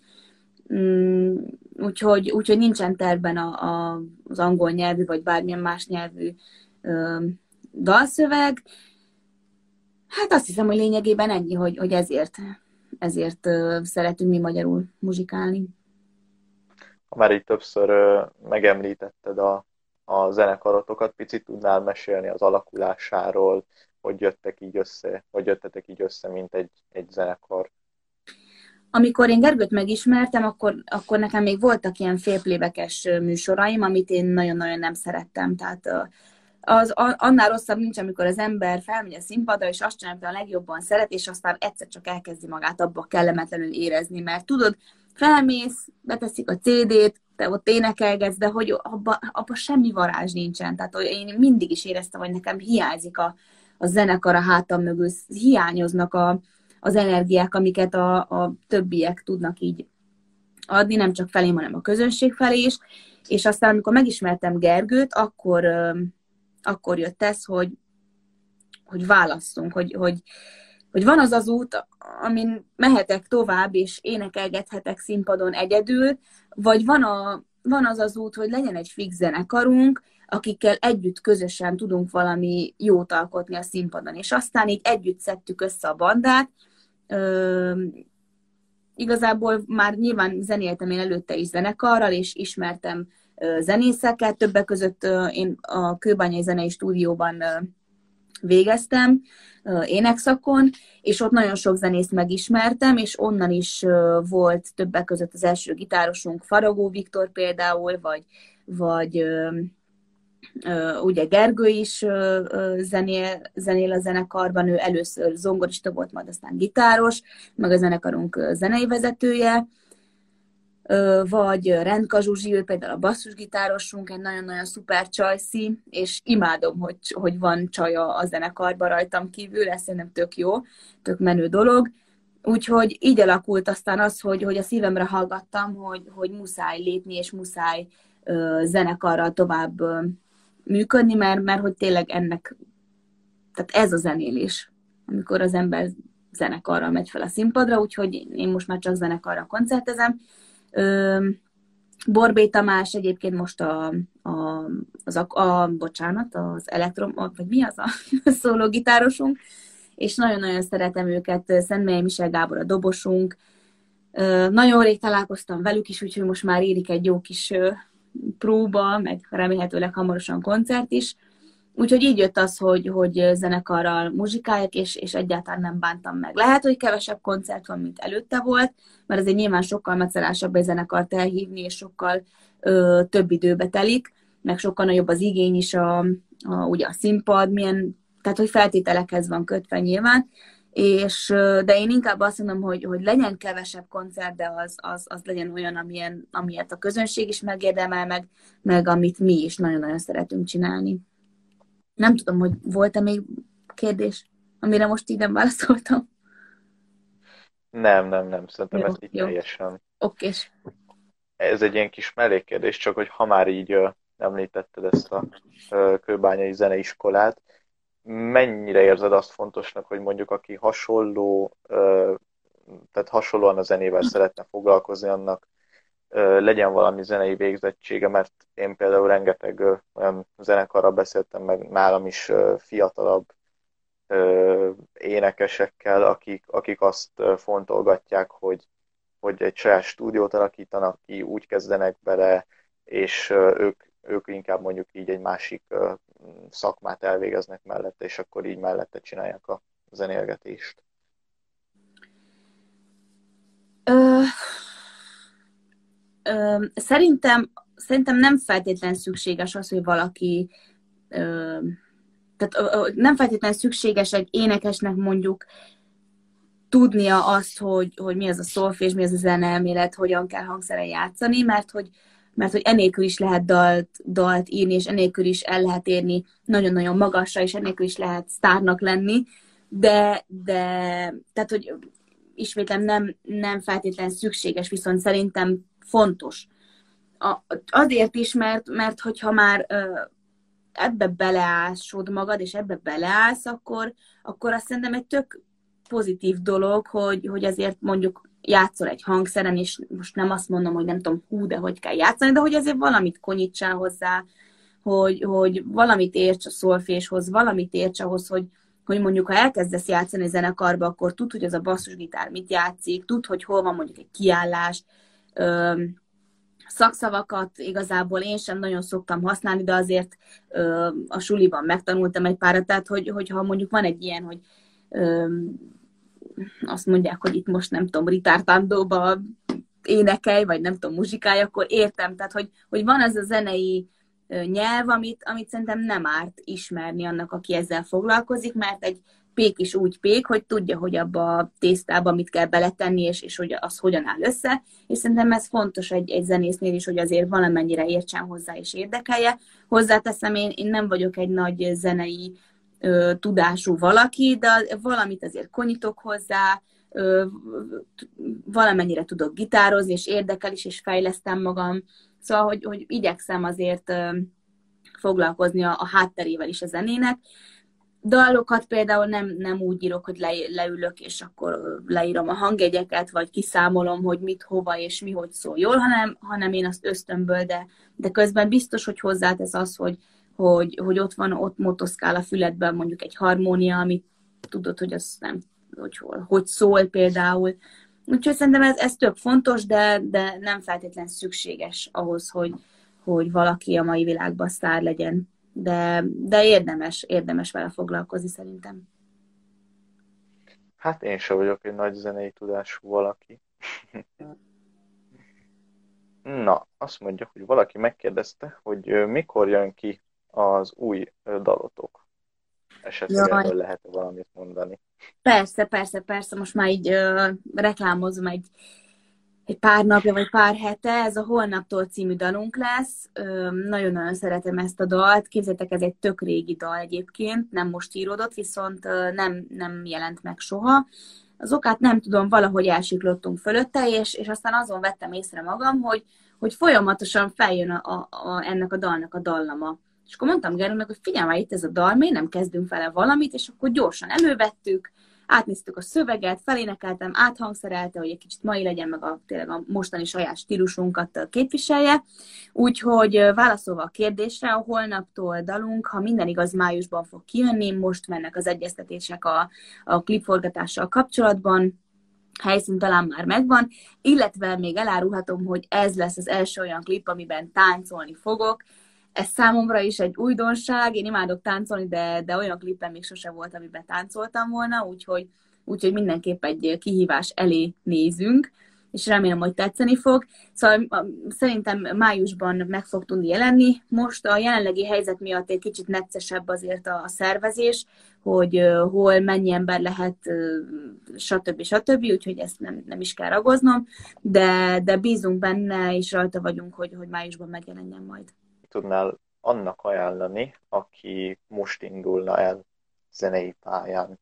Úgyhogy nincsen tervben az angol nyelvű, vagy bármilyen más nyelvű dalszöveg. Hát azt hiszem, hogy lényegében ennyi, hogy ezért szeretünk mi magyarul muzsikálni. Ha már így többször megemlítetted a zenekarotokat, picit tudnál mesélni az alakulásáról, hogy jöttek így össze, vagy jöttetek így össze, mint egy zenekar? Amikor én Gergőt megismertem, akkor nekem még voltak ilyen félplébekes műsoraim, amit én nagyon-nagyon nem szerettem. Tehát annál rosszabb nincs, amikor az ember felmegy a színpadra, és azt csinálja, amit a legjobban szeret, és aztán egyszer csak elkezdi magát abba kellemetlenül érezni, mert tudod, felmész, beteszik a CD-t, te ott énekelgetsz, de hogy abba semmi varázs nincsen. Tehát én mindig is éreztem, hogy nekem hiányzik a zenekar a hátam mögül, hiányoznak az energiák, amiket a többiek tudnak így adni, nem csak felém, hanem a közönség felé is. És aztán, amikor megismertem Gergőt, akkor jött ez, hogy válasszunk, hogy van az az út, amin mehetek tovább, és énekelgethetek színpadon egyedül, vagy van az az út, hogy legyen egy fix zenekarunk, akikkel együtt közösen tudunk valami jót alkotni a színpadon. És aztán így együtt szedtük össze a bandát. Igazából már nyilván zenéltem én előtte is zenekarral, és ismertem zenészeket, többek között én a Kőbányai Zenei Stúdióban végeztem énekszakon, és ott nagyon sok zenészt megismertem, és onnan is volt többek között az első gitárosunk, Faragó Viktor például, vagy ugye Gergő is zenél a zenekarban, ő először zongorista volt, majd aztán gitáros, meg a zenekarunk zenei vezetője, vagy Rendka Zsuzsi, ő például a basszusgitárosunk, egy nagyon-nagyon szuper csajszi, és imádom, hogy van csaja a zenekarban rajtam kívül, ez szerintem tök jó, tök menő dolog. Úgyhogy így alakult aztán az, hogy a szívemre hallgattam, hogy muszáj lépni, és muszáj zenekarral tovább működni, mert hogy tényleg ennek, tehát ez a zenélés, amikor az ember zenekarral megy fel a színpadra, úgyhogy én most már csak zenekarral koncertezem. Borbély Tamás egyébként most bocsánat, az elektrom, vagy mi az a szólógitárosunk, és nagyon-nagyon szeretem őket, Szentmely Misel Gábor a dobosunk. Nagyon rég találkoztam velük is, úgyhogy most már érik egy jó kis próba, meg remélhetőleg hamarosan koncert is. Úgyhogy így jött az, hogy zenekarral muzsikáljak, és egyáltalán nem bántam meg. Lehet, hogy kevesebb koncert van, mint előtte volt, mert azért nyilván sokkal mecelásabb egy zenekart elhívni, és sokkal több időbe telik, meg sokkal nagyobb az igény is ugye a színpad, tehát hogy feltételekhez van kötve nyilván, de én inkább azt mondom, hogy legyen kevesebb koncert, de az legyen olyan, amilyet a közönség is megérdemel, meg amit mi is nagyon-nagyon szeretünk csinálni. Nem tudom, hogy volt-e még kérdés, amire most így nem válaszoltam. Nem, szerintem Jó, ez így jó. teljesen. Okés. Ez egy ilyen kis mellékkérdés, csak hogy ha már így említetted ezt a kőbányai zeneiskolát, mennyire érzed azt fontosnak, hogy mondjuk aki tehát hasonlóan a zenével szeretne foglalkozni, annak legyen valami zenei végzettsége, mert én például rengeteg olyan zenekarral beszéltem meg nálam is fiatalabb énekesekkel, akik azt fontolgatják, hogy egy saját stúdiót alakítanak ki, úgy kezdenek bele, és ők inkább mondjuk így egy másik szakmát elvégeznek mellette, és akkor így mellette csinálják a zenélgetést. Szerintem nem feltétlen szükséges az, hogy valaki tehát nem feltétlenül szükséges egy énekesnek mondjuk tudnia azt, hogy mi az a szolfés, mi az a zeneelmélet, hogyan kell hangszeren játszani, mert hogy enélkül is lehet dalt írni, és enélkül is el lehet érni nagyon-nagyon magasra, és enélkül is lehet sztárnak lenni, de tehát, hogy ismétlem nem feltétlenül szükséges, viszont szerintem fontos. Azért is, mert hogyha már ebbe beleásod magad, és ebbe beleállsz, akkor azt szerintem egy tök pozitív dolog, hogy azért mondjuk játszol egy hangszeren, és most nem azt mondom, hogy nem tudom, de hogy kell játszani, de hogy azért valamit konyítsál hozzá, hogy valamit érts a szolféshoz, valamit érts ahhoz, hogy mondjuk, ha elkezdesz játszani zenekarba, akkor tudd, hogy az a basszusgitár mit játszik, tudd, hogy hol van mondjuk egy kiállás, szakszavakat igazából én sem nagyon szoktam használni, de azért a suliban megtanultam egy párat, tehát hogyha mondjuk van egy ilyen, hogy ö, azt mondják, hogy itt most nem tudom, ritártándóba énekelj, vagy nem tudom, muzsikálj, akkor értem. Tehát, hogy van az a zenei nyelv, amit szerintem nem árt ismerni annak, aki ezzel foglalkozik, mert egy pék is úgy pék, hogy tudja, hogy abba a tésztába mit kell beletenni, és hogy az hogyan áll össze, és szerintem ez fontos egy zenésznél is, hogy azért valamennyire értsen hozzá és érdekelje. Hozzáteszem, én nem vagyok egy nagy zenei tudású valaki, de valamit azért konyítok hozzá, valamennyire tudok gitározni, és érdekel is, és fejlesztem magam. Szóval, hogy igyekszem azért foglalkozni a hátterével is a zenének. Dalokat például nem úgy írok, hogy leülök, és akkor leírom a hangjegyeket, vagy kiszámolom, hogy mit, hova és mi, hogy szól jól, hanem én azt ösztönből, de közben biztos, hogy hozzátesz az, hogy ott motoszkál a füledben mondjuk egy harmónia, amit tudod, hogy az nem, hogy szól például. Úgyhogy szerintem ez tök fontos, de nem feltétlen szükséges ahhoz, hogy valaki a mai világban sztár legyen. De érdemes vele foglalkozni szerintem. Hát én sem vagyok egy nagy zenei tudású valaki. Na, azt mondja, hogy valaki megkérdezte, hogy mikor jön ki az új dalotok. Esetleg Jaj. erről lehet valamit mondani. Persze, most már így reklámozom egy pár napja, vagy pár hete, ez a Holnaptól című dalunk lesz. Nagyon-nagyon szeretem ezt a dalt. Képzeljétek, ez egy tök régi dal egyébként, nem most íródott, viszont nem jelent meg soha. Az okát nem tudom, valahogy elsiklottunk fölötte, és aztán azon vettem észre magam, hogy folyamatosan feljön ennek a dalnak a dallama. És akkor mondtam Gerőnek, hogy figyelj már, itt ez a dal, miért nem kezdünk vele valamit, és akkor gyorsan elővettük, átnéztük a szöveget, felénekeltem, áthangszerelte, hogy egy kicsit mai legyen, meg tényleg a mostani saját stílusunkat képviselje. Úgyhogy válaszolva a kérdésre, a Holnaptól dalunk, ha minden igaz, májusban fog kijönni, most mennek az egyeztetések a klipforgatással kapcsolatban, helyszín talán már megvan, illetve még elárulhatom, hogy ez lesz az első olyan klip, amiben táncolni fogok. Ez számomra is egy újdonság, én imádok táncolni, de olyan klippen még sose volt, amiben táncoltam volna, úgyhogy mindenképp egy kihívás elé nézünk, és remélem, hogy tetszeni fog. Szóval szerintem májusban meg fog tudni jelenni. Most a jelenlegi helyzet miatt egy kicsit neccesebb azért a szervezés, hogy hol mennyi ember lehet, stb. Úgyhogy ezt nem is kell ragoznom, de bízunk benne, és rajta vagyunk, hogy májusban megjelenjen majd. Tudnál annak ajánlani, aki most indulna el zenei pályán?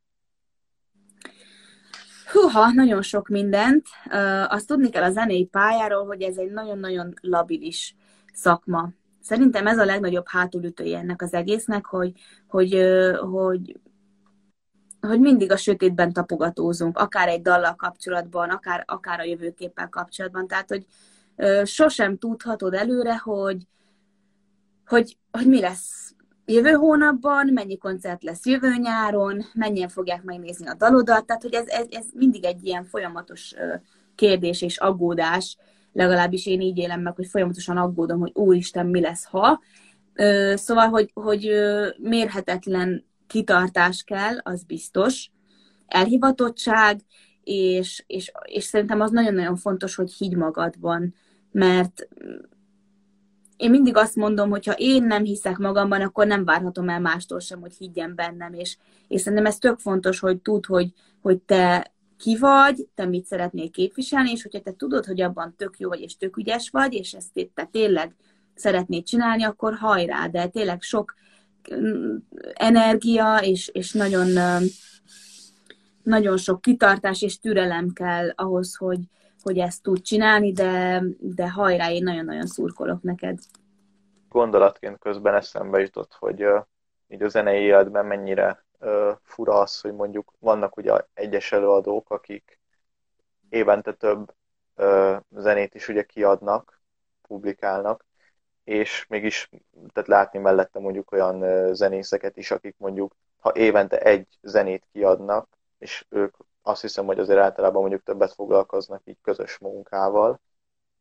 Húha, nagyon sok mindent. Azt tudni kell a zenei pályáról, hogy ez egy nagyon-nagyon labilis szakma. Szerintem ez a legnagyobb hátulütője ennek az egésznek, hogy mindig a sötétben tapogatózunk, akár egy dallal kapcsolatban, akár a jövőképpel kapcsolatban. Tehát, hogy sosem tudhatod előre, hogy mi lesz jövő hónapban, mennyi koncert lesz jövő nyáron, mennyien fogják megnézni a dalodat, tehát hogy ez mindig egy ilyen folyamatos kérdés és aggódás, legalábbis én így élem meg, hogy folyamatosan aggódom, hogy úristen, mi lesz, ha. Szóval, hogy mérhetetlen kitartás kell, az biztos, elhivatottság, és szerintem az nagyon-nagyon fontos, hogy higgy magadban, mert én mindig azt mondom, hogy ha én nem hiszek magamban, akkor nem várhatom el mástól sem, hogy higgyen bennem, és szerintem ez tök fontos, hogy tudd, hogy te ki vagy, te mit szeretnél képviselni, és hogyha te tudod, hogy abban tök jó vagy, és tök ügyes vagy, és ezt te tényleg szeretnéd csinálni, akkor hajrá, de tényleg sok energia, és nagyon, nagyon sok kitartás és türelem kell ahhoz, hogy ezt tud csinálni, de hajrá, én nagyon-nagyon szurkolok neked. Gondolatként közben eszembe jutott, hogy így a zenei életben mennyire fura az, hogy mondjuk vannak ugye egyes előadók, akik évente több zenét is ugye kiadnak, publikálnak, és mégis tehát látni mellette mondjuk olyan zenészeket is, akik mondjuk, ha évente egy zenét kiadnak, és ők azt hiszem, hogy azért általában mondjuk többet foglalkoznak így közös munkával,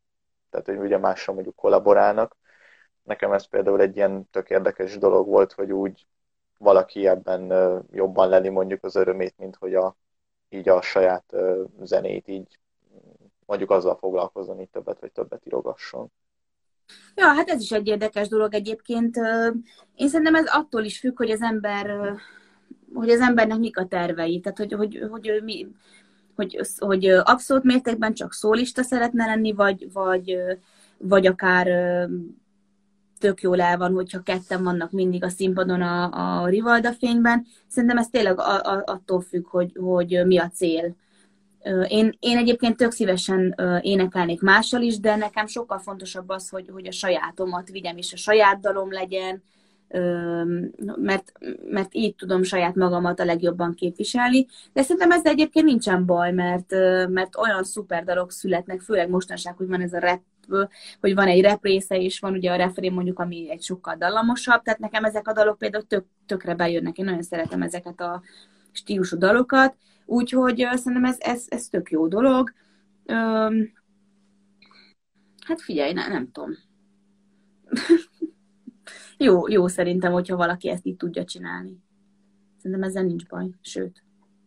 tehát hogy ugye mással mondjuk kollaborálnak. Nekem ez például egy ilyen tök érdekes dolog volt, hogy úgy valaki ebben jobban leli mondjuk az örömét, mint hogy így a saját zenét így mondjuk azzal foglalkozzon, így többet vagy többet írogasson. Ja, hát ez is egy érdekes dolog egyébként. Én szerintem ez attól is függ, hogy hogy az embernek mik a tervei. Tehát, hogy ő mi, hogy abszolút mértékben csak szólista szeretne lenni, vagy akár tök jól el van, hogyha ketten vannak mindig a színpadon a Rivalda fényben. Szerintem ez tényleg attól függ, hogy mi a cél. Én egyébként tök szívesen énekelnék mással is, de nekem sokkal fontosabb az, hogy a sajátomat vigyem, és a saját dalom legyen, mert így tudom saját magamat a legjobban képviselni. De szerintem ezzel egyébként nincsen baj, mert olyan szuper dalok születnek, főleg mostanság, hogy van ez a rap, hogy van egy rap része, és van ugye a refrén mondjuk, ami egy sokkal dallamosabb, tehát nekem ezek a dalok például tökre bejönnek, én nagyon szeretem ezeket a stílusú dalokat, úgyhogy szerintem ez tök jó dolog. Hát figyelj, nem tudom. Jó szerintem, hogyha valaki ezt így tudja csinálni. Szerintem ezzel nincs baj, sőt.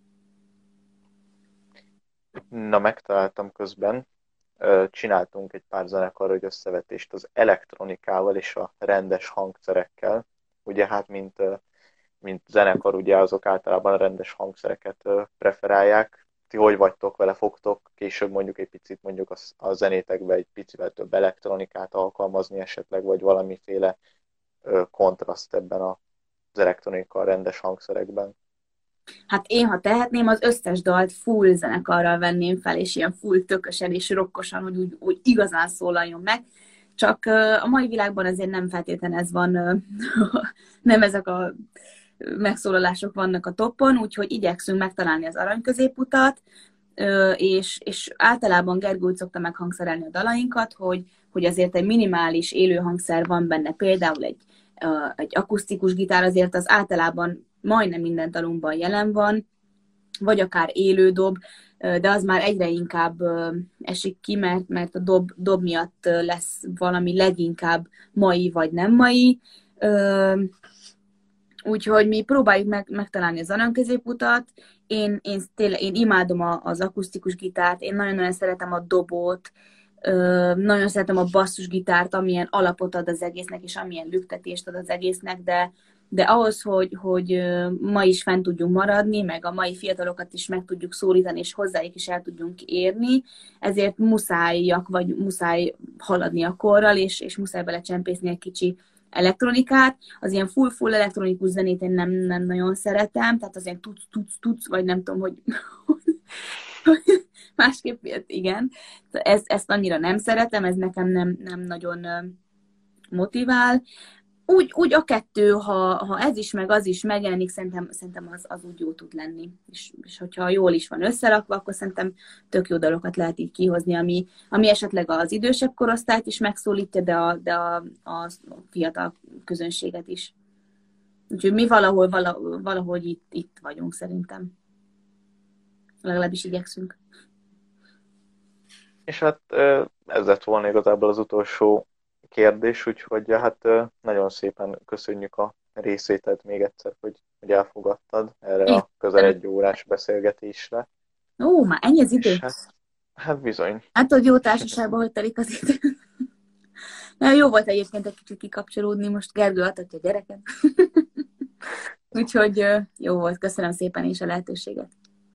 Na, megtaláltam közben. Csináltunk egy pár zenekarra egy összevetést az elektronikával és a rendes hangszerekkel. Ugye hát, mint zenekar, ugye azok általában a rendes hangszereket preferálják. Ti hogy vagytok vele, fogtok később mondjuk egy picit mondjuk a zenétekbe egy picivel több elektronikát alkalmazni esetleg, vagy valamiféle kontraszt ebben az elektronika a rendes hangszerekben? Hát én, ha tehetném, az összes dalt full zenekarral venném fel, és ilyen full tökösen és rokkosan, hogy úgy igazán szólaljon meg. Csak a mai világban azért nem feltétlenül ez van, nem ezek a megszólalások vannak a toppon, úgyhogy igyekszünk megtalálni az arany középutat, és általában Gergő úgy szokta meghangszerelni a dalainkat, hogy azért egy minimális élő hangszer van benne, például egy akusztikus gitár, azért az általában majdnem minden dalunkban jelen van, vagy akár élő dob, de az már egyre inkább esik ki, mert a dob miatt lesz valami leginkább mai vagy nem mai. Úgyhogy mi próbáljuk megtalálni az arany-középutat. Én imádom az akusztikus gitárt, én nagyon-nagyon szeretem a dobot, nagyon szeretem a basszusgitárt, amilyen alapot ad az egésznek, és amilyen lüktetést ad az egésznek, de ahhoz, hogy ma is fent tudjunk maradni, meg a mai fiatalokat is meg tudjuk szólítani, és hozzájuk is el tudjunk érni, ezért muszáj haladni a korral, és muszáj belecsempészni egy kicsi elektronikát. Az ilyen full elektronikus zenét én nem nagyon szeretem, tehát az ilyen tuc, vagy nem tudom, hogy másképp, igen. Ezt annyira nem szeretem, ez nekem nem nagyon motivál. Úgy a kettő, ha ez is, meg az is megjelenik, szerintem az úgy jó tud lenni. És hogyha jól is van összerakva, akkor szerintem tök jó dalokat lehet így kihozni, ami esetleg az idősebb korosztályt is megszólítja, de a fiatal közönséget is. Úgyhogy mi valahogy itt vagyunk szerintem. Legalábbis igyekszünk. És hát ez lett volna igazából az utolsó kérdés, úgyhogy hát nagyon szépen köszönjük a részvételt még egyszer, hogy elfogadtad erre a közel 1 órás beszélgetésre. Ó, már ennyi az idő? Hát bizony. Hát, hogy jó társaságban, hogy telik az idő. Na, jó volt egyébként egy kicsit kikapcsolódni, most Gergő adhatja a gyereket. Úgyhogy jó volt, köszönöm szépen is a lehetőséget.